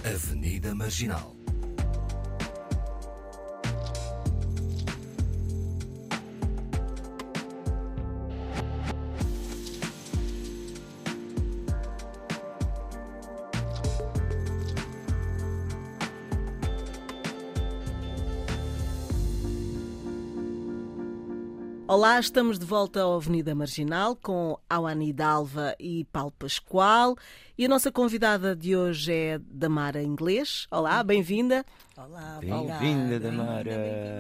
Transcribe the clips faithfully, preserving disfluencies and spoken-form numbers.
Avenida Marginal. Olá, estamos de volta à Avenida Marginal com Awani Dalva e Paulo Pascoal e a nossa convidada de hoje é Damara Inglês. Olá, bem-vinda. Olá, bem-vinda, Damara.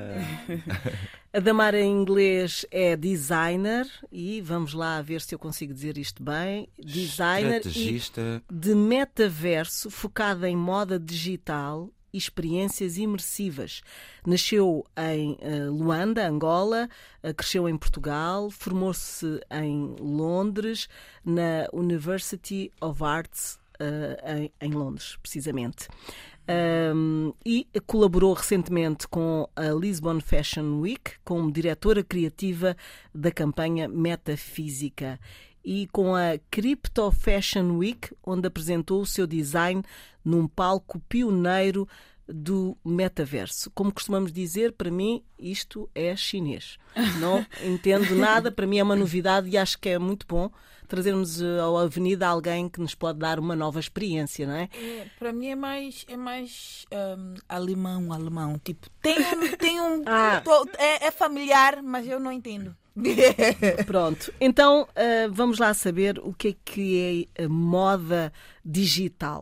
A Damara Inglês é designer e vamos lá ver se eu consigo dizer isto bem. Designer Estrategista e de metaverso focada em moda digital e experiências imersivas. Nasceu em uh, Luanda, Angola, uh, cresceu em Portugal, formou-se em Londres, na University of Arts, uh, em, em Londres, precisamente. Um, e colaborou recentemente com a Lisbon Fashion Week como diretora criativa da campanha Metafísica e com a Crypto Fashion Week, onde apresentou o seu design num palco pioneiro do metaverso. Como costumamos dizer, para mim isto é chinês. Não entendo nada, para mim é uma novidade e acho que é muito bom trazermos ao Avenida alguém que nos pode dar uma nova experiência, não é? É, para mim é mais, é mais um, alemão, alemão. Tipo, tem um... Tem um Ah. tô, é, é familiar, mas eu não entendo. Pronto, então uh, vamos lá saber o que é que é a moda digital.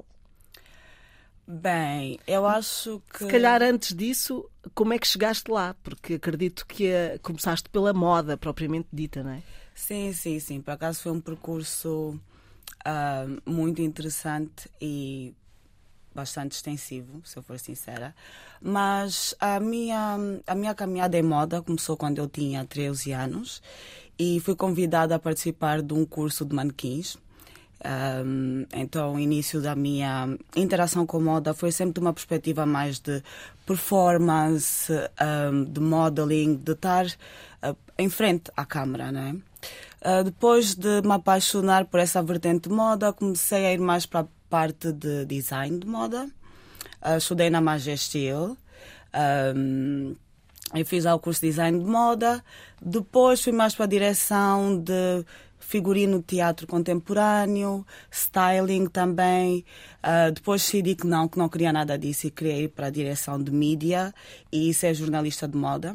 Bem, eu acho que... Se calhar antes disso, como é que chegaste lá? Porque acredito que uh, começaste pela moda propriamente dita, não é? Sim, sim, sim. Por acaso foi um percurso uh, muito interessante e bastante extensivo, se eu for sincera. Mas a minha, a minha caminhada em moda começou quando eu tinha treze anos e fui convidada a participar de um curso de manequins. Um, então, o início da minha interação com moda foi sempre de uma perspectiva mais de performance, um, de modeling, de estar uh, em frente à câmara, não é? Uh, depois de me apaixonar por essa vertente de moda, comecei a ir mais para a parte de design de moda. Uh, estudei na Majestil. Um, eu fiz lá o curso de design de moda. Depois fui mais para a direção de figurino de teatro contemporâneo, styling também. Uh, depois decidi que não, que não queria nada disso e queria ir para a direção de mídia e ser jornalista de moda.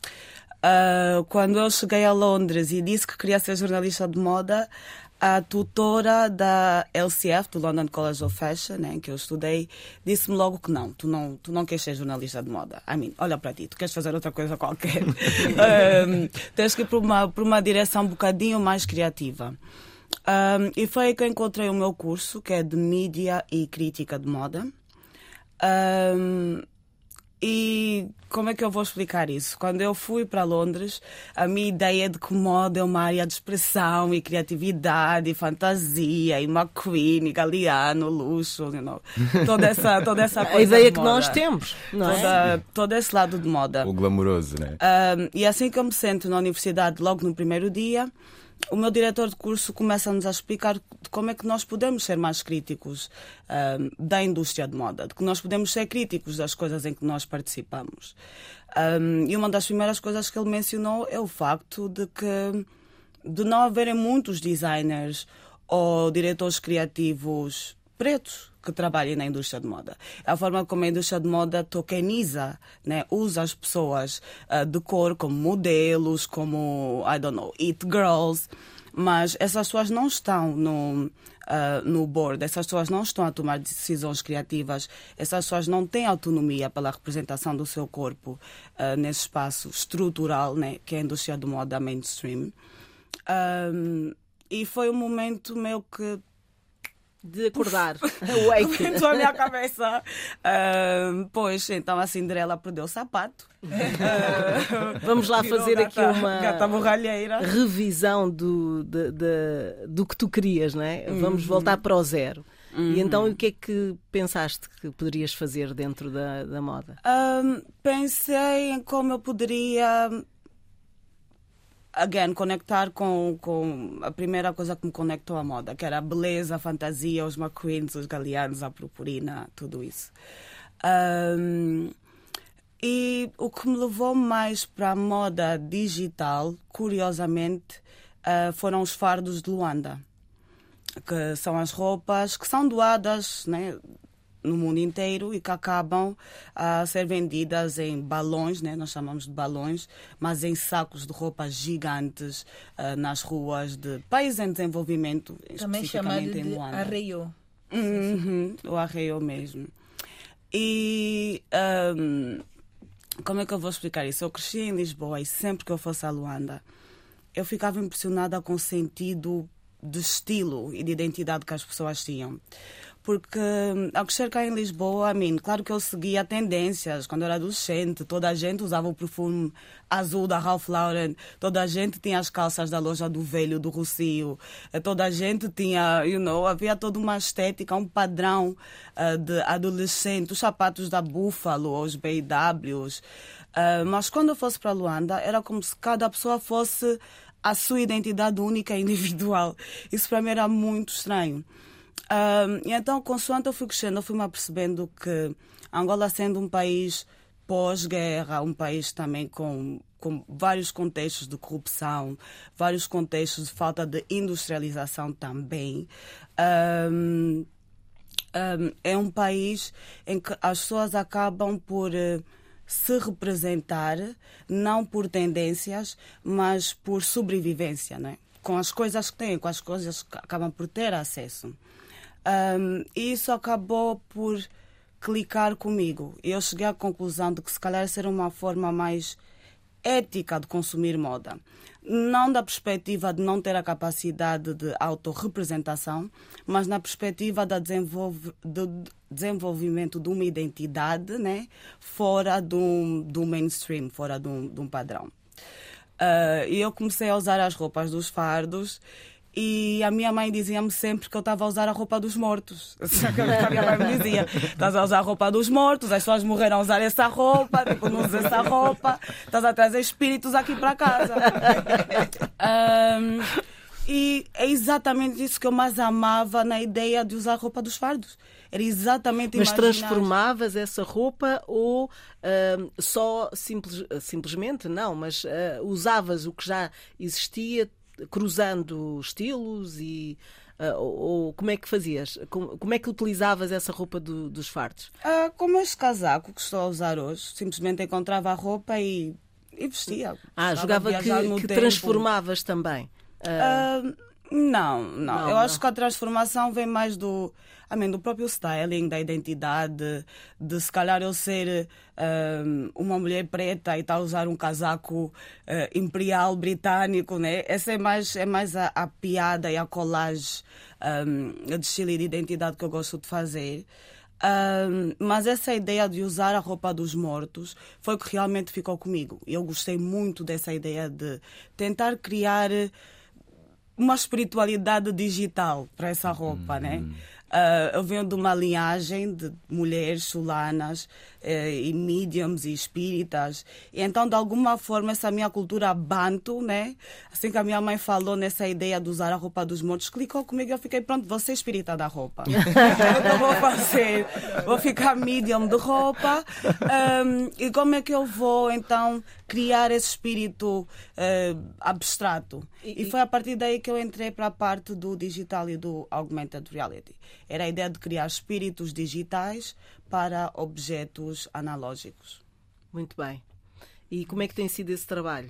Uh, quando eu cheguei a Londres e disse que queria ser jornalista de moda, a tutora da L C F, do London College of Fashion, né, em que eu estudei, disse-me logo que não, tu não, tu não queres ser jornalista de moda. I mean, olha para ti, tu queres fazer outra coisa qualquer. um, tens que ir para uma, para uma direção um bocadinho mais criativa. Um, e foi aí que eu encontrei o meu curso, que é de mídia e crítica de moda. Um, E como é que eu vou explicar isso? Quando eu fui para Londres, a minha ideia de que moda é uma área de expressão e criatividade, e fantasia, e McQueen, e Galliano, luxo, you know, toda essa, toda essa coisa. A ideia de que moda. nós temos, não é? Toda, todo esse lado de moda. O glamouroso, né? Um, e assim que eu me sento na universidade, logo no primeiro dia, o meu diretor de curso começa-nos a explicar como é que nós podemos ser mais críticos um, da indústria de moda, de que nós podemos ser críticos das coisas em que nós participamos. Um, e uma das primeiras coisas que ele mencionou é o facto de que de não haverem muitos designers ou diretores criativos pretos que trabalhem na indústria de moda. A forma como a indústria de moda tokeniza, né, usa as pessoas uh, de cor como modelos, como, I don't know, it girls, mas essas pessoas não estão no, uh, no board, essas pessoas não estão a tomar decisões criativas, essas pessoas não têm autonomia pela representação do seu corpo uh, nesse espaço estrutural, né, que é a indústria de moda mainstream. Um, e foi um momento meio que De acordar. Wake. Entrou na minha cabeça. Uh, pois, então a Cinderela perdeu o sapato. Uh, Vamos lá fazer gata, aqui uma gata borralheira. revisão do, de, de, do que tu querias, não é? Vamos Uhum. voltar para o zero. Uhum. E então o que é que pensaste que poderias fazer dentro da, da moda? Um, pensei em como eu poderia again, conectar com, com a primeira coisa que me conectou à moda, que era a beleza, a fantasia, os McQueens, os galeanos, a purpurina, tudo isso. Um, e o que me levou mais para a moda digital, curiosamente, uh, foram os fardos de Luanda, que são as roupas que são doadas, né, no mundo inteiro e que acabam a ser vendidas em balões, né? Nós chamamos de balões, mas em sacos de roupas gigantes uh, nas ruas de países em desenvolvimento, também chamado especificamente em de Luanda. arreio. Uhum, o arreio mesmo. E um, como é que eu vou explicar isso? Eu cresci em Lisboa e sempre que eu fosse a Luanda, eu ficava impressionada com o sentido de estilo e de identidade que as pessoas tinham. Porque ao crescer cá em Lisboa, I mean, claro que eu seguia tendências. Quando eu era adolescente, toda a gente usava o perfume azul da Ralph Lauren, toda a gente tinha as calças da loja do Velho, do Rocio, toda a gente tinha, you know, havia toda uma estética, um padrão uh, de adolescente, os sapatos da Buffalo, os B Ws. Uh, mas quando eu fosse para Luanda, era como se cada pessoa fosse a sua identidade única e individual. Isso para mim era muito estranho. Um, e então, consoante eu fui crescendo, eu fui-me apercebendo que Angola, sendo um país pós-guerra, um país também com, com vários contextos de corrupção, vários contextos de falta de industrialização também, um, um, é um país em que as pessoas acabam por uh, se representar, não por tendências, mas por sobrevivência, não é? Com as coisas que têm, com as coisas que acabam por ter acesso. Um, e isso acabou por clicar comigo. E eu cheguei à conclusão de que se calhar seria uma forma mais ética de consumir moda. Não da perspectiva de não ter a capacidade de autorrepresentação, mas na perspectiva do desenvolv- de desenvolvimento de uma identidade, né, fora do, do mainstream, fora de um, de um padrão. Uh, e eu comecei a usar as roupas dos fardos. E a minha mãe dizia-me sempre que eu estava a usar a roupa dos mortos. A minha mãe me dizia: estás a usar a roupa dos mortos, as pessoas morreram a usar essa roupa, tipo, não usas essa roupa, estás a trazer espíritos aqui para casa. um, e é exatamente isso que eu mais amava na ideia de usar a roupa dos fardos. Era exatamente Mas imaginar... transformavas essa roupa ou uh, só simples, simplesmente, não, mas uh, usavas o que já existia, cruzando estilos e uh, ou, ou como é que fazias? Como, como é que utilizavas essa roupa do, dos fardos? Uh, como este casaco que estou a usar hoje, simplesmente encontrava a roupa e, e vestia. Ah, jogava que, que transformavas também. Uh... Uh, não, não, não. Eu não. acho que a transformação vem mais do, I mean, do próprio styling, da identidade, de se calhar eu ser um, uma mulher preta e estar a usar um casaco uh, imperial britânico, né? Essa é mais, é mais a, a piada e a collage um, de estilo e de identidade que eu gosto de fazer. Um, mas essa ideia de usar a roupa dos mortos foi o que realmente ficou comigo. Eu gostei muito dessa ideia de tentar criar uma espiritualidade digital para essa roupa, hum. né? Uh, eu venho de uma linhagem de mulheres chulanas uh, e mediums e espíritas. E então, de alguma forma, essa minha cultura banto, né? Assim que a minha mãe falou nessa ideia de usar a roupa dos mortos, clicou comigo e eu fiquei, pronto, vou ser espírita da roupa. O que eu vou fazer? Vou ficar medium de roupa. Um, e como é que eu vou, então, criar esse espírito uh, abstrato? E, e foi a partir daí que eu entrei para a parte do digital e do augmented reality. Era a ideia de criar espíritos digitais para objetos analógicos. Muito bem. E como é que tem sido esse trabalho?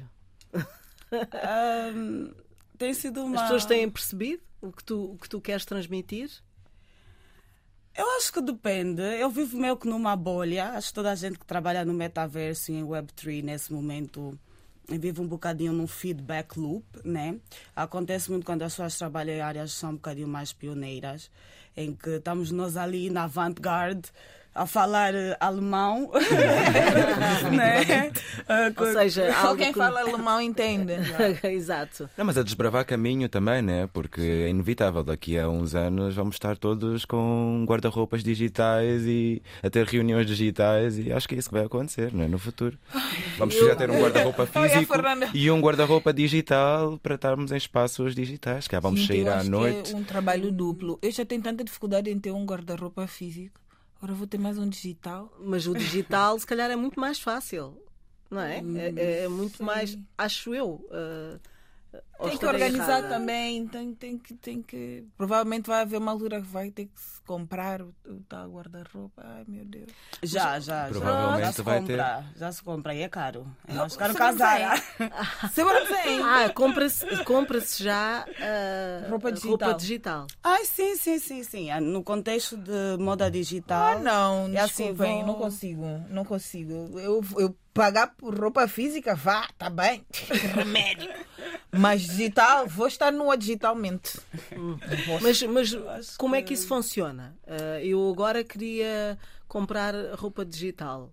Um, tem sido uma... As pessoas têm percebido o que tu, o que tu queres transmitir? Eu acho que depende. Eu vivo meio que numa bolha. Acho que toda a gente que trabalha no metaverso e em web três nesse momento vive um bocadinho num feedback loop, né? Acontece muito quando as pessoas trabalham em áreas que são um bocadinho mais pioneiras, em que estamos nós ali na avant-garde a falar alemão, né? Ou seja, Só algo quem que- fala alemão entende. Exato. Não, mas a desbravar caminho também, né? Porque é inevitável. Daqui a uns anos vamos estar todos com guarda-roupas digitais e a ter reuniões digitais e acho que é isso que vai acontecer, não é? No futuro. Vamos precisar ter um guarda-roupa Olha, físico Fernanda. e um guarda-roupa digital para estarmos em espaços digitais. Que vamos Sim, sair eu à acho noite. que é um trabalho duplo. Eu já tenho tanta dificuldade em ter um guarda-roupa físico. Agora vou ter mais um digital. Mas o digital, se calhar, é muito mais fácil, não é? É, é muito sim. mais, acho eu. uh, ou Tem que estarei organizar errada? também. Tem, tem, que, tem que. Provavelmente vai haver uma altura que vai ter que se comprar o, o tal guarda-roupa. Ai, meu Deus. Já, já, já. Provavelmente já se vai compra. Já se compra e é caro. É mais caro que Semana a Zara. Semana que vem. Ah, compra-se compra-se já uh, Roupa a digital. roupa digital. Ai, sim, sim, sim, sim. Ah, no contexto de moda digital. Ah, não, É assim, desculpem, vou- não consigo, não consigo. Eu, eu pagar por roupa física, vá, tá bem, que remédio. Mas digital, vou estar nua digitalmente. Mas, mas como é que isso funciona? Uh, eu agora queria comprar roupa digital.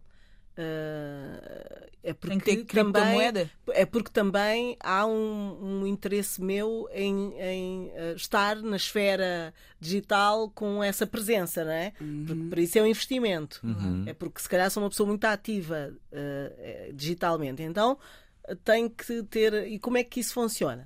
Uh, é porque Tem que ter também criptomoeda? é porque também há um, um interesse meu em, em, uh, estar na esfera digital com essa presença, não é? Porque para isso é um investimento. É porque se calhar sou uma pessoa muito ativa uh, digitalmente. Então uh, tem que ter. E como é que isso funciona?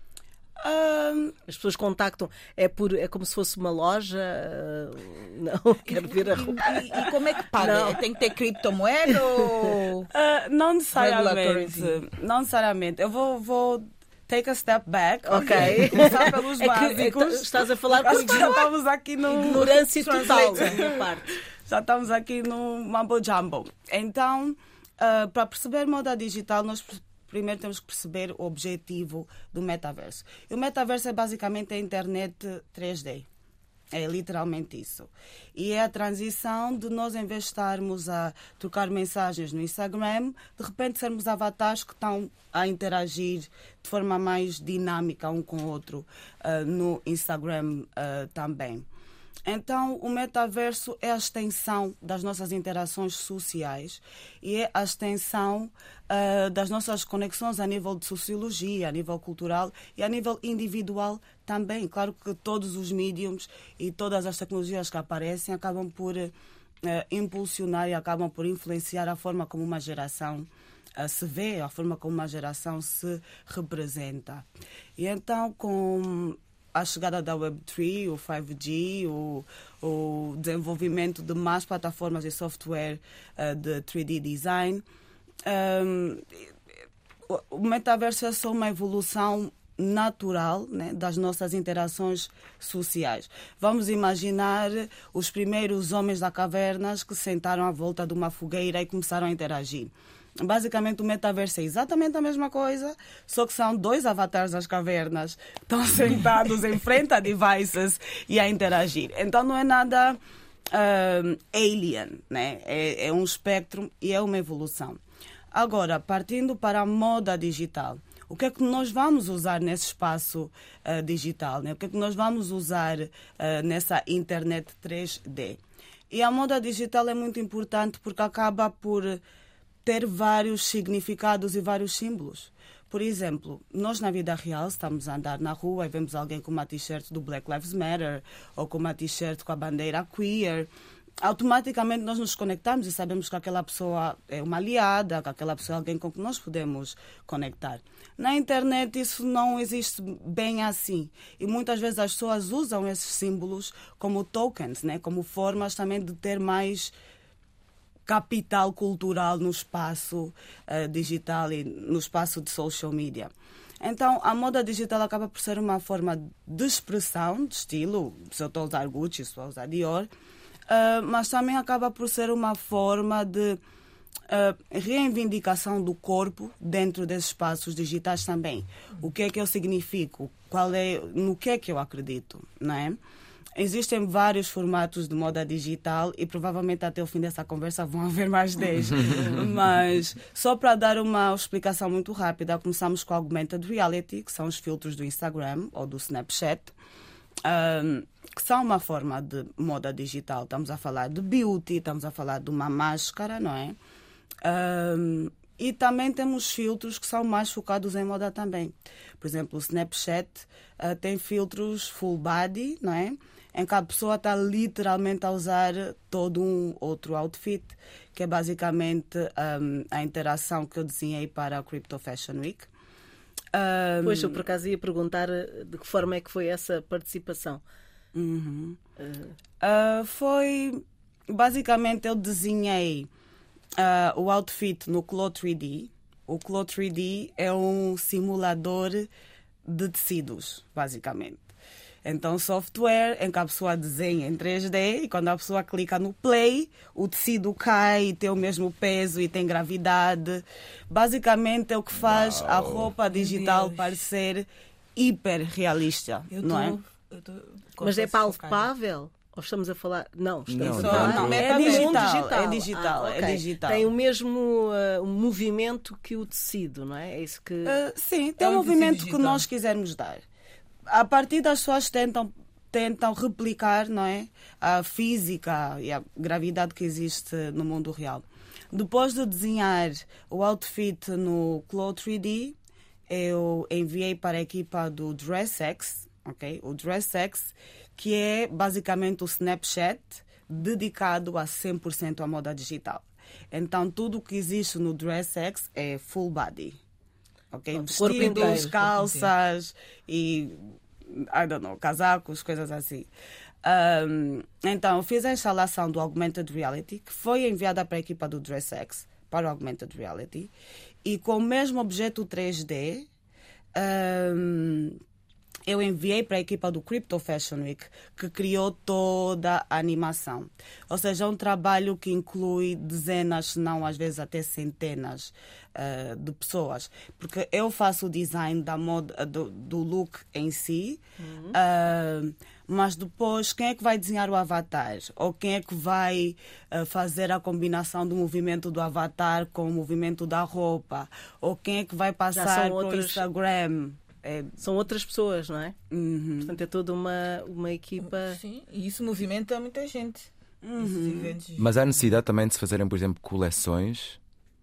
Ah, As pessoas contactam, é, por, é como se fosse uma loja. uh, não, quero ver a roupa. E, e como é que paga? Não. Tem que ter criptomoeda ou... ah, não necessariamente. Regulatory. Não necessariamente. Eu vou, vou take a step back. Ok. Começar pelos É que, básicos. é que estás a falar com Acho que já estamos aqui no ignorância total da minha parte. Já estamos aqui no Mambo Jumbo. Então, ah, para perceber moda digital, nós pr- primeiro temos que perceber o objetivo do metaverso. E o metaverso é basicamente a internet três D. É literalmente isso. E é a transição de nós, em vez de estarmos a trocar mensagens no Instagram, de repente sermos avatares que estão a interagir de forma mais dinâmica um com o outro ah, no Instagram ah, também. Então, o metaverso é a extensão das nossas interações sociais e é a extensão uh, das nossas conexões a nível de sociologia, a nível cultural e a nível individual também. Claro que todos os médiums e todas as tecnologias que aparecem acabam por uh, impulsionar e acabam por influenciar a forma como uma geração uh, se vê, a forma como uma geração se representa. E então, com a chegada da web três, o cinco G, o, o desenvolvimento de mais plataformas e software uh, de três D design, um, o, o metaverso é só uma evolução natural, né, das nossas interações sociais. Vamos imaginar os primeiros homens da cavernas que sentaram à volta de uma fogueira e começaram a interagir. Basicamente, o metaverso é exatamente a mesma coisa, só que são dois avatares das cavernas, estão sentados em frente a devices e a interagir. Então, não é nada uh, alien, né? É, é um espectro e é uma evolução. Agora, partindo para a moda digital, o que é que nós vamos usar nesse espaço uh, digital? Né? O que é que nós vamos usar uh, nessa internet três D? E a moda digital é muito importante porque acaba por ter vários significados e vários símbolos. Por exemplo, nós na vida real estamos a andar na rua e vemos alguém com uma t-shirt do Black Lives Matter ou com uma t-shirt com a bandeira queer. Automaticamente nós nos conectamos e sabemos que aquela pessoa é uma aliada, que aquela pessoa é alguém com quem nós podemos conectar. Na internet isso não existe bem assim. E muitas vezes as pessoas usam esses símbolos como tokens, né? Como formas também de ter mais capital cultural no espaço uh, digital e no espaço de social media. Então, a moda digital acaba por ser uma forma de expressão, de estilo, se eu estou a usar Gucci, se estou a usar Dior, uh, mas também acaba por ser uma forma de uh, reivindicação do corpo dentro desses espaços digitais também. O que é que eu significo? Qual é, no que é que eu acredito, não é? Existem vários formatos de moda digital e provavelmente até o fim dessa conversa vão haver mais dez. Mas só para dar uma explicação muito rápida, começamos com o Augmented Reality, que são os filtros do Instagram ou do Snapchat, um, que são uma forma de moda digital. Estamos a falar de beauty, estamos a falar de uma máscara, não é? Um, E também temos filtros que são mais focados em moda também. Por exemplo, o Snapchat uh, tem filtros full body, não é? Em que a pessoa está literalmente a usar todo um outro outfit, que é basicamente um, a interação que eu desenhei para a Crypto Fashion Week. Um, Pois, eu por acaso ia perguntar de que forma é que foi essa participação. Uhum. Uh... Uh, foi... Basicamente, eu desenhei uh, o outfit no Clo três D. O Clo três D é um simulador de tecidos, basicamente. Então, software em que a pessoa desenha em três D e quando a pessoa clica no play, o tecido cai e tem o mesmo peso e tem gravidade. Basicamente, é o que faz Uau. a roupa digital parecer hiper realista, eu não tô, é? Eu tô, Mas é palpável? Ou estamos a falar... Não, estamos não, a falar... Não, não, é, é digital, digital. É digital, ah, okay. é digital. Tem o mesmo uh, movimento que o tecido, não é? É isso que... Uh, sim, tem é o um movimento que nós quisermos dar. A partir das pessoas tentam, tentam replicar, não é, a física e a gravidade que existe no mundo real. Depois de desenhar o outfit no Clo três D, eu enviei para a equipa do DressX, okay? O DressX, que é basicamente o Snapchat dedicado a cem por cento à moda digital. Então, tudo o que existe no DressX é full body. Okay? Vestidos, calças e, I don't know, casacos, coisas assim. Um, então, fiz a instalação do Augmented Reality, que foi enviada para a equipa do DressX, para o Augmented Reality, e com o mesmo objeto três D, um, eu enviei para a equipa do Crypto Fashion Week, que criou toda a animação. Ou seja, é um trabalho que inclui dezenas, se não às vezes até centenas uh, de pessoas. Porque eu faço o design da moda, do, do look em si, uhum. uh, mas depois quem é que vai desenhar o avatar? Ou quem é que vai uh, fazer a combinação do movimento do avatar com o movimento da roupa? Ou quem é que vai passar para o outras... Instagram? É... São outras pessoas, não é? Uhum. Portanto, é toda uma, uma equipa... Sim, e isso movimenta muita gente. Uhum. Mas há necessidade também de se fazerem, por exemplo, coleções?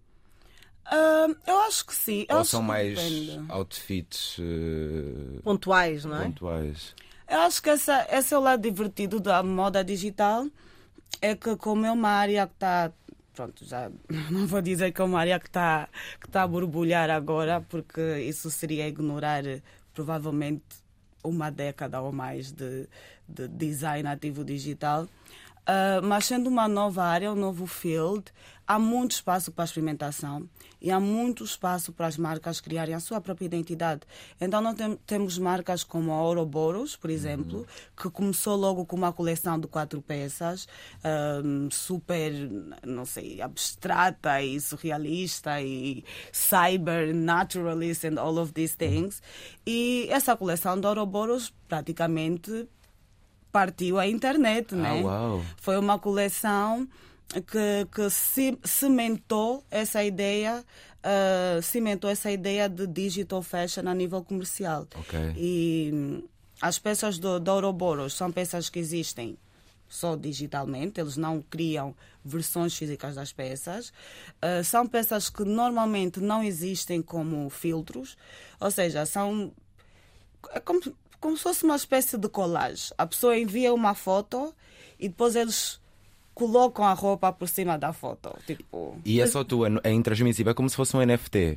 Uh, eu acho que sim. Eu Ou acho são que mais depende. outfits... Uh... Pontuais, não é? Pontuais. Eu acho que essa, esse é o lado divertido da moda digital. É que como é uma área que está... Pronto, já não vou dizer que é uma área que está que tá a borbulhar agora, porque isso seria ignorar provavelmente uma década ou mais de, de design ativo digital. Uh, mas sendo uma nova área, um novo field, há muito espaço para experimentação e há muito espaço para as marcas criarem a sua própria identidade. Então nós tem, temos marcas como a Ouroboros, por exemplo, uhum. que começou logo com uma coleção de quatro peças, um, super, não sei, abstrata e surrealista e cyber, naturalist and all of these things. E essa coleção de Ouroboros praticamente partiu à internet, né? Ah, uau. Foi uma coleção que, que cimentou essa ideia, uh, cimentou essa ideia de digital fashion a nível comercial. Okay. E as peças do, do Ouroboros são peças que existem só digitalmente, eles não criam versões físicas das peças. Uh, são peças que normalmente não existem como filtros, ou seja, são é como como se fosse uma espécie de collage. A pessoa envia uma foto e depois eles colocam a roupa por cima da foto. Tipo... E é só tu, é intransmissível, é como se fosse um N F T?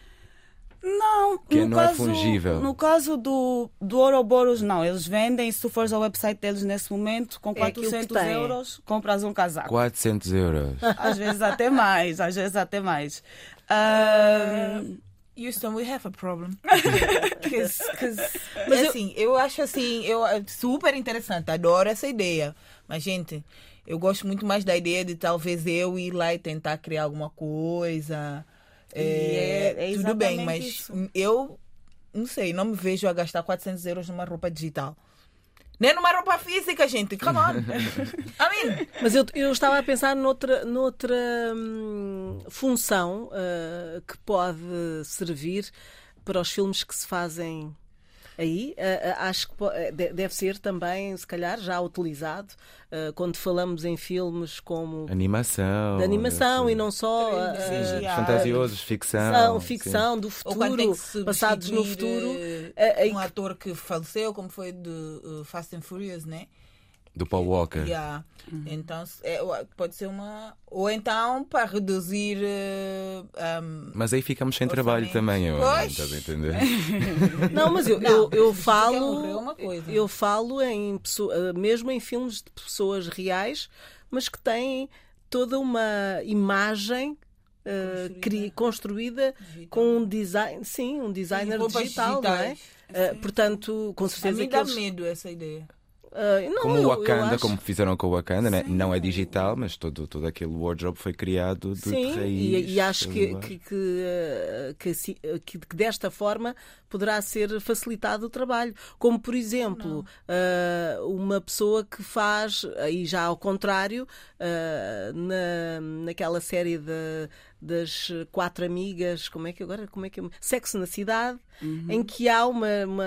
Não, que no não caso, é fungível. No caso do, do Ouroboros, não. Eles vendem, se tu fores ao website deles nesse momento, com quatrocentos euros, compras um casaco. quatrocentos euros. Às vezes até mais, às vezes até mais. Um... Houston, we have a problem. cause, cause, mas assim, eu... eu acho assim, eu, super interessante, adoro essa ideia. Mas, gente, eu gosto muito mais da ideia de talvez eu ir lá e tentar criar alguma coisa. É, é, é tudo bem, mas isso. Eu não sei, não me vejo a gastar quatrocentos euros numa roupa digital. Nem numa roupa física, gente. Come on. I mean. Mas eu, eu estava a pensar noutra, noutra hum, função uh, que pode servir para os filmes que se fazem aí, uh, acho que po- de- deve ser também, se calhar, já utilizado uh, quando falamos em filmes como Animação. de animação deve e não só uh, C G I. uh, Fantasiosos, ficção. ficção, ficção do Ou quando tem futuro, que se passados no substituir, futuro. eh, uh, um uh, ator que faleceu, como foi de uh, Fast and Furious, né? Do Paul Walker. Yeah. Então se- é, pode ser uma. Ou então para reduzir. uh, um, Mas aí ficamos sem trabalho Orçamento. também, eu Pois. estás a entender? Não, mas eu, Não, eu, eu se falo, quer morrer é uma coisa. eu falo em pessoa- uh, mesmo em filmes de pessoas reais, mas que têm toda uma imagem uh, Construída. cri- construída Digital. com um design, sim, um designer roupas digital, não é? digitais. Uh, portanto, com A certeza mim que dá eles, medo essa ideia. uh, não, Como eu- o eu Wakanda, acho- como fizeram com o Wakanda, né? Não é digital, mas todo, todo aquele wardrobe foi criado de, Sim, de raiz. e, e acho que, celular. que, que, eh, que, assim- que- que desta forma poderá ser facilitado o trabalho. Como, por exemplo, eh, uma pessoa que faz, aí já ao contrário, eh, na, naquela série de, das quatro amigas, como é que agora? Como é que é? Sexo na Cidade, em que há uma, uma.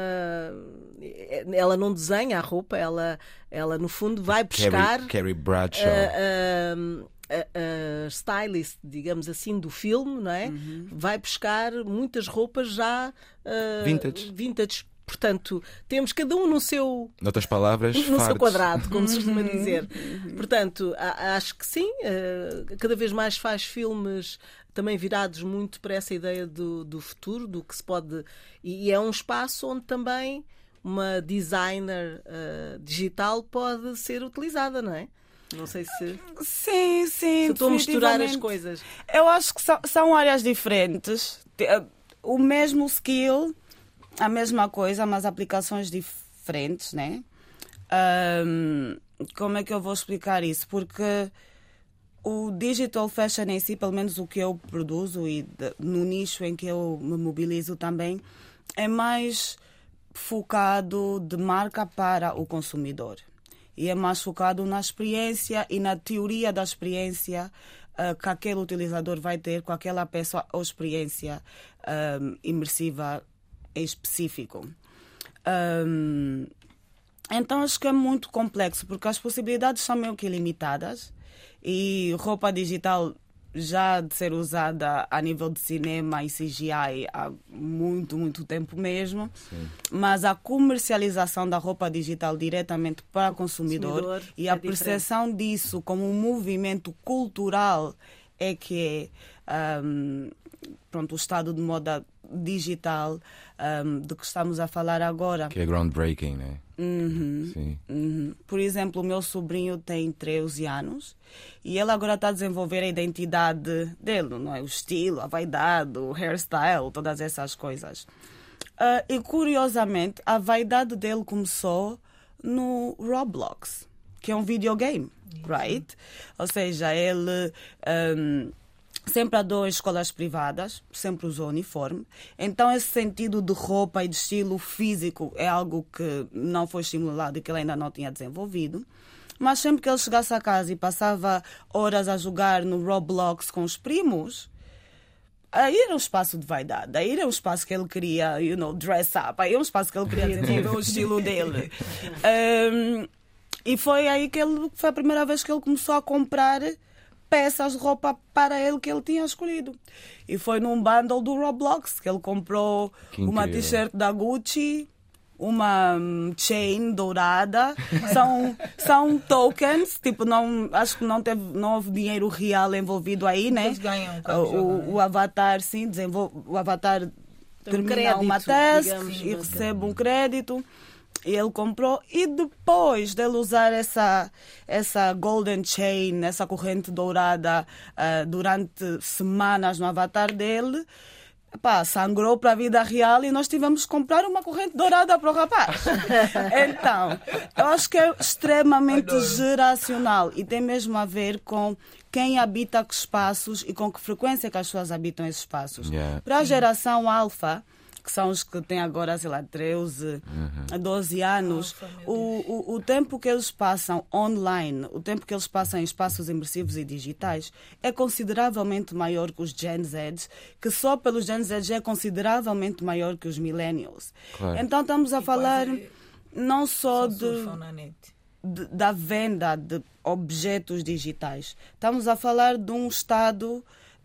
Ela não desenha a roupa, ela, ela no fundo vai buscar. Carrie, Carrie Bradshaw. a, a- a stylist, digamos assim, do filme, não é? Vai buscar muitas roupas já uh, Vintage. vintage. Portanto, temos cada um no seu, Noutras palavras, no seu fardos. quadrado, como se costuma dizer. Portanto, a- acho que sim, uh, cada vez mais faz filmes também virados muito para essa ideia do, do futuro, do que se pode. E, e é um espaço onde também uma designer uh, digital pode ser utilizada, não é? Não sei se, Sim, sim. se estou a misturar as definitivamente. coisas. Eu acho que são, são áreas diferentes. Te- eh, O mesmo skill, a mesma coisa, mas aplicações diferentes, né? Ahm, como é que eu vou explicar isso? Porque o digital fashion em si, pelo menos o que eu produzo e de- no nicho em que eu me mobilizo também, é mais focado de marca para o consumidor. E é mais focado na experiência e na teoria da experiência uh, que aquele utilizador vai ter com aquela peça ou experiência um, imersiva em específico. Um, então acho que é muito complexo, porque as possibilidades são meio que ilimitadas e roupa digital já de ser usada a nível de cinema e C G I há muito, muito tempo mesmo. Sim. Mas a comercialização da roupa digital diretamente para o consumidor, consumidor e é a diferente. percepção disso como um movimento cultural é que é um, pronto, o estado de moda digital um, de que estamos a falar agora. Que é groundbreaking, né? Uhum. Sim. Uhum. Por exemplo, o meu sobrinho tem treze anos e ele agora está a desenvolver a identidade dele, não é? O estilo, a vaidade, o hairstyle, todas essas coisas. Ah, e curiosamente, a vaidade dele começou no Roblox, que é um videogame, right? Ou seja, ele um, sempre adorou escolas privadas, sempre usou uniforme. Então, esse sentido de roupa e de estilo físico é algo que não foi estimulado e que ele ainda não tinha desenvolvido. Mas sempre que ele chegasse a casa e passava horas a jogar no Roblox com os primos, aí era um espaço de vaidade, aí era um espaço que ele queria, you know, dress up, aí era um espaço que ele queria desenvolver o estilo dele. Um, e foi aí que ele, foi a primeira vez que ele começou a comprar peças de roupa para ele que ele tinha escolhido. E foi num bundle do Roblox que ele comprou Que uma incrível. t-shirt da Gucci, uma hum, chain dourada, são, são tokens, tipo, não, acho que não, teve, não houve dinheiro real envolvido aí, né? Eles ganham quando jogam, O, né? o avatar, sim, desenvolve, o avatar termina crédito, uma task digamos, e mas- recebe um crédito. E ele comprou, e depois dele usar essa, essa golden chain, essa corrente dourada ah, durante semanas no avatar dele, pá, sangrou para a vida real e nós tivemos que comprar uma corrente dourada para o rapaz. Então, eu acho que é extremamente Adoro. geracional e tem mesmo a ver com quem habita que espaços e com que frequência que as pessoas habitam esses espaços. Yeah. Para a geração alfa, que são os que têm agora, sei lá, treze, Uhum. doze anos, Nossa, meu o, o, o tempo que eles passam online, o tempo que eles passam em espaços imersivos e digitais é consideravelmente maior que os Gen Z, que só pelos Gen Z é consideravelmente maior que os Millennials. Claro. Então estamos a E falar quase não só só de, surfam na net. de- da venda de objetos digitais, estamos a falar de um estado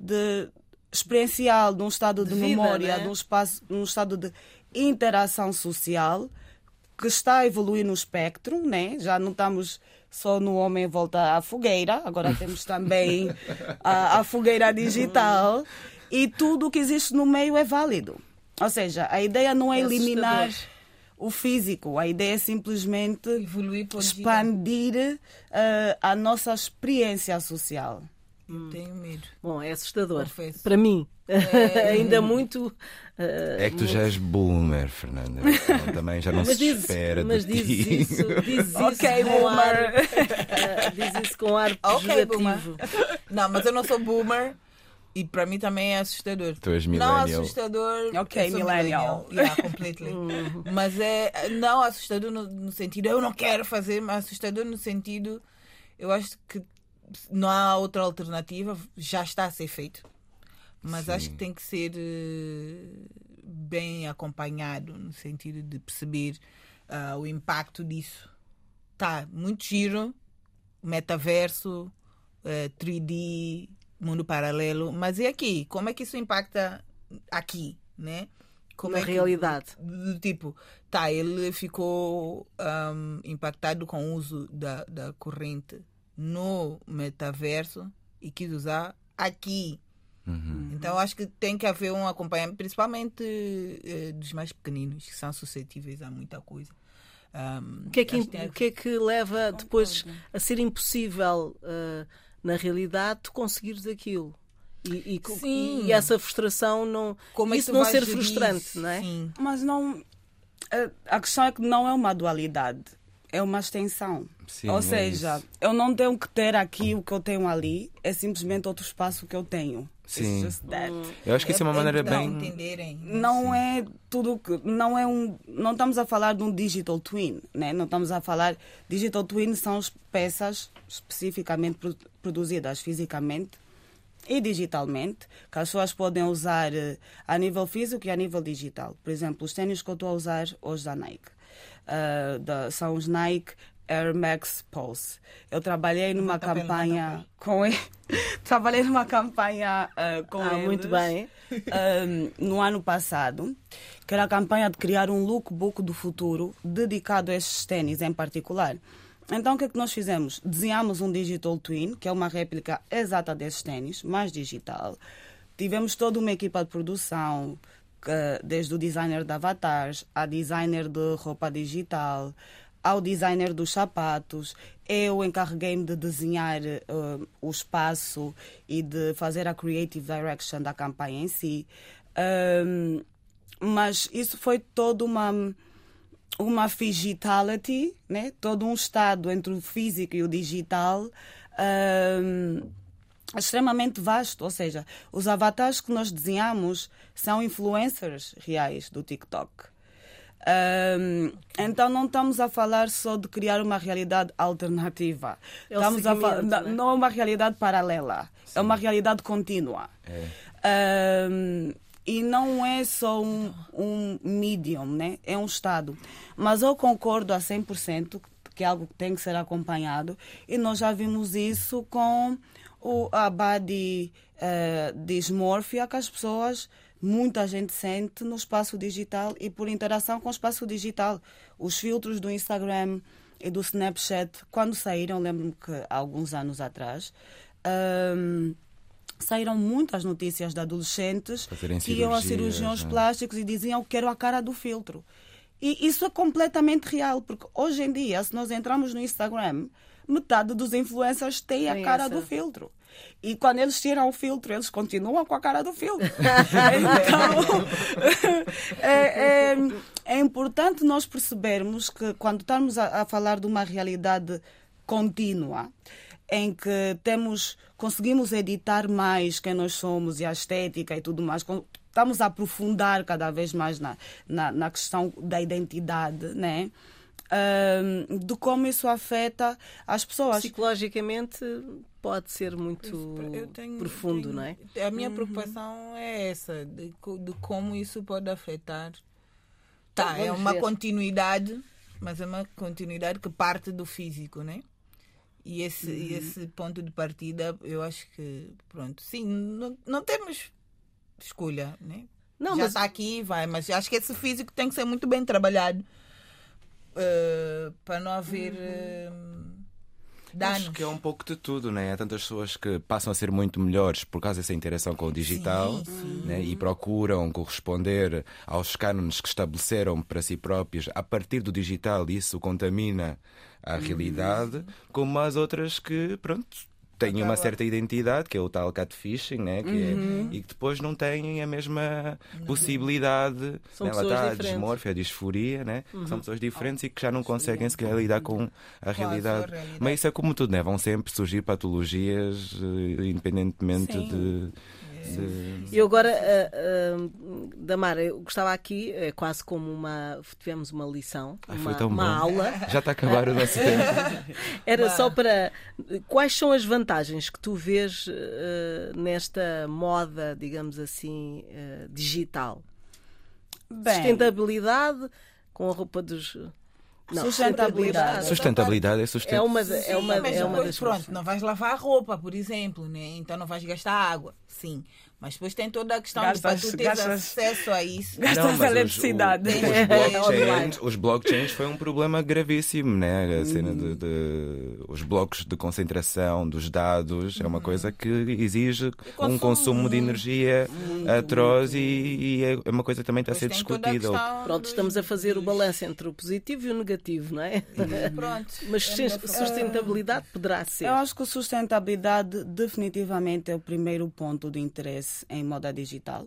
de experiencial, de um estado de, De vida, memória, né? de um, espaço, de um estado de interação social que está a evoluir no espectro, né? Já não estamos só no homem volta à fogueira, agora temos também a, a fogueira digital e tudo o que existe no meio é válido. Ou seja, a ideia não é É eliminar assustador. o físico, a ideia é simplesmente Evoluir para o digital. expandir eh, a nossa experiência social. Eu tenho medo. Bom, é assustador. Confesso. Para mim, É. ainda muito. eh, É que tu já és boomer, Fernanda. Então, também já não Mas se diz, espera mas de diz ti. isso, diz isso Ok, com ar, boomer. eh, diz isso com ar Ok, boomer. pejorativo. Não, mas eu não sou boomer e para mim também é assustador. Tu és Não millennial. assustador. Ok, eu sou millennial. Yeah, completely. Mas é não assustador no, no sentido eu não quero fazer, mas assustador no sentido eu acho que não há outra alternativa, já está a ser feito. Mas Sim. acho que tem que ser eh, bem acompanhado no sentido de perceber ah, o impacto disso. Tá, muito giro, metaverso, eh, três D, mundo paralelo, mas e aqui? Como é que isso impacta aqui, né? Como Na é que- realidade. do tipo, tá, ele ficou ahm, impactado com o uso da, da corrente no metaverso e quis usar aqui. Uhum. Então acho que tem que haver um acompanhamento, principalmente eh, dos mais pequeninos, que são suscetíveis a muita coisa. Ahm, O que é que, acho tem o que, é que leva depois a ser impossível, eh, na realidade, tu conseguires aquilo? E, e, co- Sim. e essa frustração não. Como é que isso tu não vais ser gerir frustrante, isso? não é? Sim. Mas não. a- A questão é que não é uma dualidade, é uma extensão. Sim, Ou é seja, isso. eu não tenho que ter aqui o que eu tenho ali, é simplesmente outro espaço que eu tenho. Sim. It's just that. Eu acho que isso é uma maneira importante bem. entenderem. Não é tudo que não é um não estamos a falar de um digital twin, né? Não estamos a falar digital twin são as peças especificamente pro- produzidas fisicamente e digitalmente que as pessoas podem usar eh, a nível físico e a nível digital. Por exemplo, os ténis que eu estou a usar hoje da Nike ah, da- são os Nike Air Max Pulse. Eu trabalhei numa Levanta a pele, campanha levanta com ele. Trabalhei numa campanha ah, com Ah, eles. muito bem. Um, no ano passado, que era a campanha de criar um lookbook do futuro dedicado a estes ténis em particular. Então, o que é que nós fizemos? Desenhamos um digital twin, que é uma réplica exata desses ténis, mais digital. Tivemos toda uma equipa de produção, que- desde o designer de avatares, a designer de roupa digital, ao designer dos sapatos. Eu encarreguei-me de desenhar eh, o espaço e de fazer a creative direction da campanha em si. Um, mas isso foi toda uma, uma digitality, né? Todo um estado entre o físico e o digital um, extremamente vasto. Ou seja, os avatares que nós desenhamos são influencers reais do TikTok. Um, então não estamos a falar só de criar uma realidade alternativa. É o estamos a fa- segmento, não, né? não é uma realidade paralela, é uma realidade contínua. É. Um, e não é só um, um medium, né? É um estado. Mas eu concordo a cem por cento que é algo que tem que ser acompanhado e nós já vimos isso com o, a body uh, dysmorphia que as pessoas muita gente sente no espaço digital e por interação com o espaço digital. Os filtros do Instagram e do Snapchat, quando saíram, lembro-me que há alguns anos atrás, hum, saíram muitas notícias de adolescentes Fazerem que iam a cirurgias, cirurgiões né? plásticos e diziam que quero a cara do filtro. E isso é completamente real, porque hoje em dia, se nós entramos no Instagram, metade dos influencers tem a Tem cara essa. do filtro. E quando eles tiram o filtro, eles continuam com a cara do filtro. Então, é, é, é importante nós percebermos que quando estamos a, a falar de uma realidade contínua, em que temos, conseguimos editar mais quem nós somos e a estética e tudo mais, con- estamos a aprofundar cada vez mais na, na, na questão da identidade, né? Um, de como isso afeta as pessoas. Psicologicamente pode ser muito Eu tenho- profundo, tenho- não é? A minha preocupação é essa, de, co- de como isso pode afetar. Tá, Então, é vamos uma ver. continuidade, mas é uma continuidade que parte do físico, né? E esse, e esse ponto de partida, eu acho que, pronto, sim, não, não temos escolha, né? Não, Já mas está aqui, vai, mas acho que esse físico tem que ser muito bem trabalhado eh, para não haver eh, danos. Acho que é um pouco de tudo, né? Há tantas pessoas que passam a ser muito melhores por causa dessa interação com o digital, Sim, sim. né? E procuram corresponder aos cânones que estabeleceram para si próprios a partir do digital, e isso contamina a realidade, como as outras que, pronto, têm uma Acaba. certa identidade, que é o tal catfishing, né? Que é- e que depois não têm a mesma possibilidade. São né? Lá pessoas está a diferentes. dismorfia, a disforia, né? Que são pessoas diferentes e que já não conseguem sequer Uhum. lidar com a Com a sua realidade. realidade. Mas isso é como tudo, né? Vão sempre surgir patologias, eh, independentemente Sim. de. de- eu agora, ah, ah, Damara, eu gostava aqui, é quase como uma. Tivemos uma lição, Ai, uma, foi tão uma bom. aula. Já está a acabar o nosso tempo. Era só para. Quais são as vantagens que tu vês ah, nesta moda, digamos assim, ah, digital? Bem, Sustentabilidade com a roupa dos. Não, Sustentabilidade. Sustentabilidade é é sustentabilidade. uma, da- é Sim, uma, mas é uma depois, das pronto, não vais lavar a roupa, por exemplo, né? Então não vais gastar água, sim. Mas depois tem toda a questão de para Gastas- tu teres gastas- acesso a isso. Gastas Não, mas os- eletricidade. o- Os, É, blockchains, os blockchains foi um problema gravíssimo, né? A cena de, de- os blocos de concentração dos dados é uma coisa que exige um consumo consumo de muito, energia atroz e, e é uma coisa que também está a ser Depois tem toda a discutida. questão Pronto, dos- estamos a fazer o dos- balanço entre o positivo e o negativo, não é? Pronto. Mas é sus- melhor falar. sustentabilidade poderá ser. Eu acho que sustentabilidade definitivamente é o primeiro ponto de interesse em moda digital.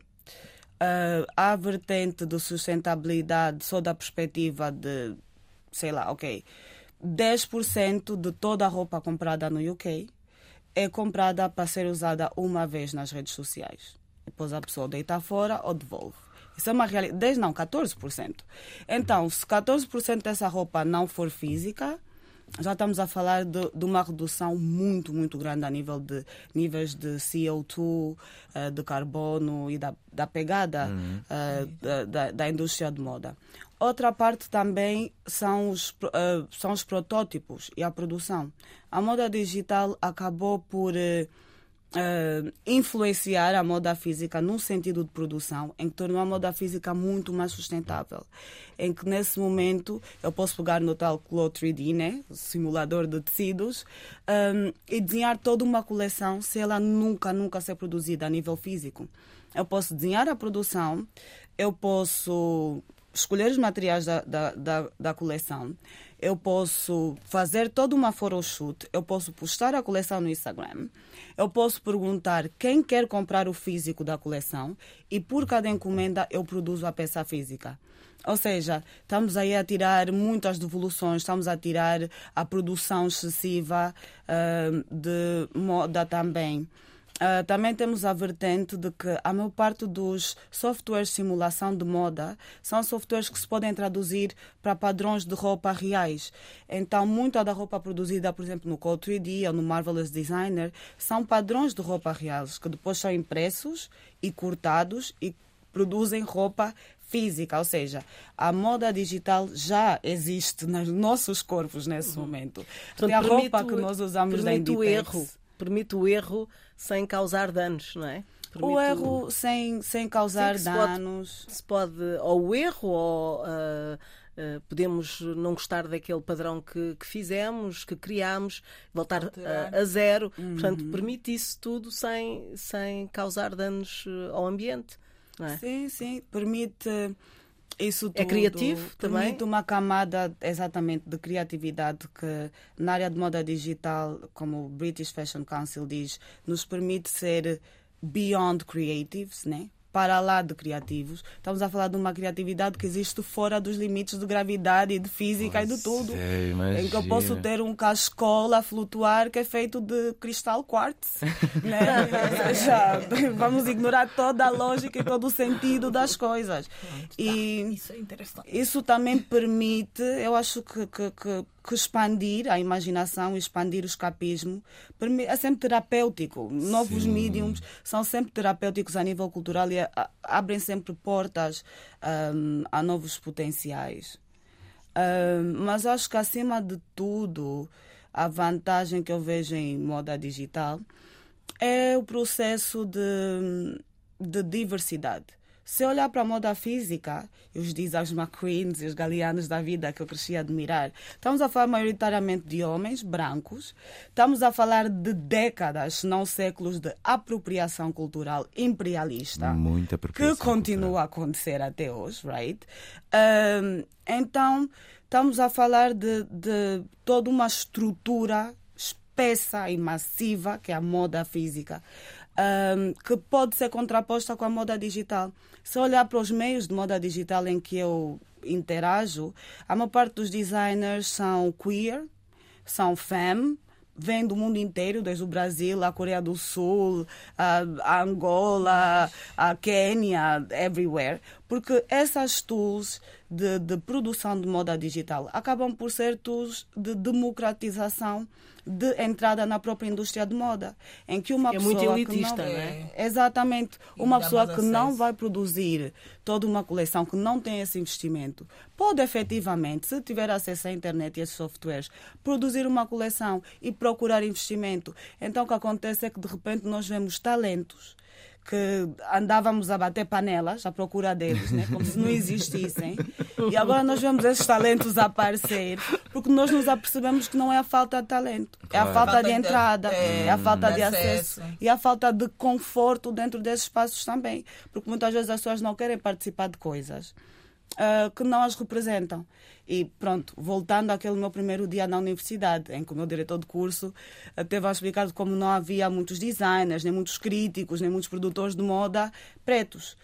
Uh, a vertente de sustentabilidade só da perspectiva de, sei lá, ok, dez por cento de toda a roupa comprada no U K é comprada para ser usada uma vez nas redes sociais. Depois a pessoa deita fora ou devolve. Isso é uma realidade. dez não, catorze por cento. Então, se catorze por cento dessa roupa não for física, já estamos a falar de, de uma redução muito, muito grande a nível de níveis de C O dois, uh, de carbono e da, da pegada uh, da, da, da indústria de moda. Outra parte também são os, uh, são os protótipos e a produção. A moda digital acabou por uh, uh, influenciar a moda física num sentido de produção, em que tornou a moda física muito mais sustentável. Em que, nesse momento, eu posso pegar no tal Cloth três D, né? O simulador de tecidos, um, e desenhar toda uma coleção se ela nunca, nunca ser produzida a nível físico. Eu posso desenhar a produção, eu posso escolher os materiais da, da, da, da coleção, eu posso fazer toda uma photoshoot, eu posso postar a coleção no Instagram, eu posso perguntar quem quer comprar o físico da coleção e por cada encomenda eu produzo a peça física. Ou seja, estamos aí a tirar muitas devoluções, estamos a tirar a produção excessiva uh, de moda também. Uh, também temos a vertente de que a maior parte dos softwares de simulação de moda são softwares que se podem traduzir para padrões de roupa reais. Então, muita da roupa produzida, por exemplo, no Code três D ou no Marvelous Designer, são padrões de roupa reais, que depois são impressos e cortados e produzem roupa física. Ou seja, a moda digital já existe nos nossos corpos nesse uhum. momento. Portanto, e a permite roupa que o- nós usamos da permite o Inditex. erro, permite o erro sem causar danos, não é? Permite O erro sem, sem causar Sim, que se pode- danos. se pode, ou o erro, ou ah, ah, podemos não gostar daquele padrão que, que fizemos, que criámos, voltar Alterar. a, a zero. Portanto, permite isso tudo sem, sem causar danos ah, ao ambiente. Não é? Sim, sim. Permite isso tudo. É criativo também? Permite uma camada, exatamente, de criatividade que, na área de moda digital, como o British Fashion Council diz, nos permite ser beyond creatives, né? para lá de criativos. Estamos a falar de uma criatividade que existe fora dos limites de gravidade e de física pois e de tudo. É, em que eu posso ter um cascola a flutuar que é feito de cristal quartz. Né? Ou seja, vamos ignorar toda a lógica e todo o sentido das coisas. E isso é interessante. Isso também permite, eu acho que, que, que, que expandir a imaginação, expandir o escapismo, é sempre terapêutico. Novos médiums são sempre terapêuticos a nível cultural e a, a, abrem sempre portas um, a novos potenciais. Um, mas acho que, acima de tudo, a vantagem que eu vejo em moda digital é o processo de, de diversidade. Se olhar para a moda física, os designers McQueens e os Galeanos da vida que eu cresci a admirar, estamos a falar maioritariamente de homens brancos, estamos a falar de décadas, se não séculos, de apropriação cultural imperialista. Muita apropriação que continua cultural. a acontecer até hoje, right? Um, então, estamos a falar de, de toda uma estrutura espessa e massiva, que é a moda física, Um, que pode ser contraposta com a moda digital. Se olhar para os meios de moda digital em que eu interajo, a maior parte dos designers são queer, são femme, vêm do mundo inteiro, desde o Brasil, a Coreia do Sul, a, a Angola, a Quênia, everywhere. Porque essas tools de, de produção de moda digital acabam por ser tools de democratização de entrada na própria indústria de moda, em que uma é pessoa muito elitista, que não, não é? Exatamente, uma pessoa que acesso. não vai produzir toda uma coleção, que não tem esse investimento, pode efetivamente, se tiver acesso à internet e a esses softwares, produzir uma coleção e procurar investimento. Então o que acontece é que de repente nós vemos talentos que andávamos a bater panelas à procura deles, né? Como se não existissem. E agora nós vemos esses talentos aparecer, porque nós nos apercebemos que não é a falta de talento, é a Claro. falta Falta de de- entrada, é, é a falta de de acesso acesso. e a falta de conforto dentro desses espaços também. Porque muitas vezes as pessoas não querem participar de coisas uh, que não as representam. E pronto, voltando àquele meu primeiro dia na universidade, em que o meu diretor de curso teve a explicar como não havia muitos designers, nem muitos críticos, nem muitos produtores de moda pretos.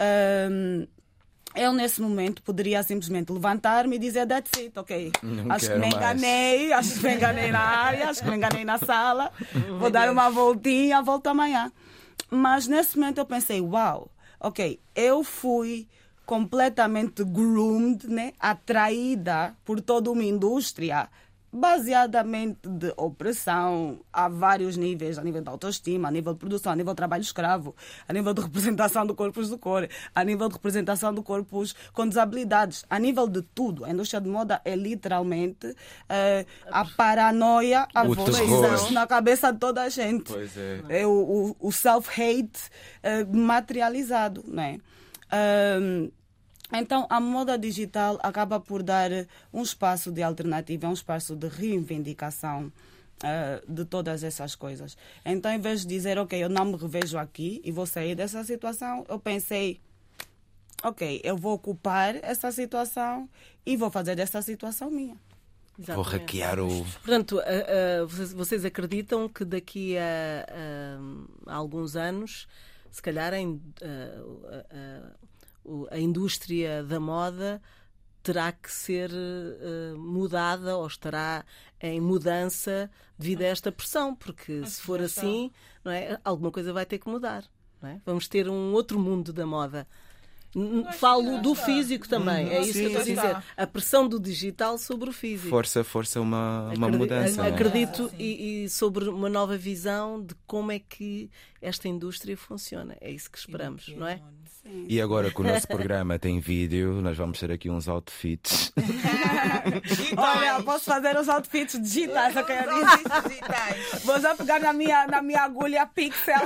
Um, eu, nesse momento, poderia simplesmente levantar-me e dizer that's it, ok. Não acho que quero me mais. enganei, acho que me enganei na área, acho que me enganei na sala, vou dar uma voltinha, volto amanhã. Mas nesse momento eu pensei, uau, ok, eu fui completamente groomed, né? Atraída por toda uma indústria baseadamente de opressão a vários níveis, a nível de autoestima, a nível de produção, a nível de trabalho escravo, a nível de representação de corpos de cor, a nível de representação de corpos com desabilidades, a nível de tudo. A indústria de moda é literalmente eh, a paranoia, a O voz terror. na cabeça de toda a gente. Pois é. É o, o, o self-hate eh, materializado, não é? Um, então, a moda digital acaba por dar um espaço de alternativa, um espaço de reivindicação uh, de todas essas coisas. Então, em vez de dizer, ok, eu não me revejo aqui e vou sair dessa situação, eu pensei, ok, eu vou ocupar essa situação e vou fazer dessa situação minha. Vou Exatamente. hackear o. Portanto, uh, uh, vocês, vocês acreditam que daqui a, a, a alguns anos, se calhar, em, uh, uh, uh, a indústria da moda terá que ser uh, mudada ou estará em mudança devido a esta pressão, porque se for assim, não é, alguma coisa vai ter que mudar. Não é? Vamos ter um outro mundo da moda. N- Falo do físico também, é isso que eu estou a sim, dizer. sim. A pressão do digital sobre o físico. Força, força, uma, uma Acredi- mudança. ac- né? Acredito e, e sobre uma nova visão de como é que esta indústria funciona. É isso que esperamos, não é? E agora que o nosso programa tem vídeo, nós vamos ter aqui uns outfits. Olha, posso fazer os outfits digitais, eu quero dizer. Outfits digitais. Vou já pegar na minha, na minha agulha pixel.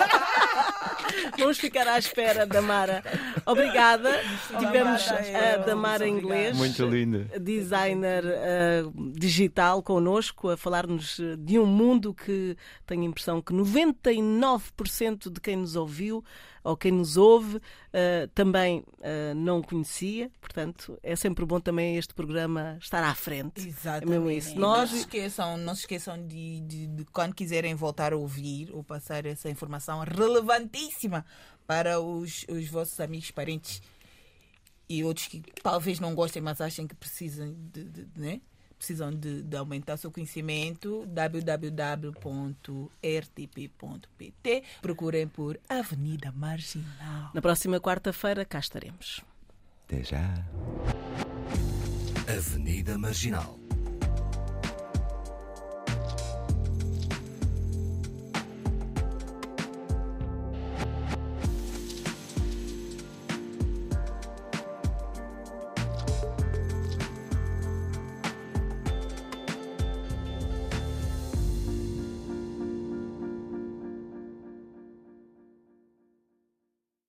Vamos ficar à espera, Damara. Obrigada. Tivemos Obrigada, a Damara eu. Inglês, Muito linda. designer uh, digital, connosco, a falar-nos de um mundo que tenho a impressão que noventa e nove por cento de quem nos ouviu ou quem nos ouve uh, também uh, não conhecia. Portanto, é sempre bom também este programa estar à frente. Exatamente. É mesmo isso. Não Nós... se esqueçam, não se esqueçam de, de, de quando quiserem voltar a ouvir ou passar essa informação relevante relevantíssima para os, os vossos amigos, parentes e outros que talvez não gostem, mas achem que precisam de, de, de né? precisam de, de aumentar o seu conhecimento. w w w ponto r t p ponto p t. Procurem por Avenida Marginal. Na próxima quarta-feira cá estaremos. Até já. Avenida Marginal.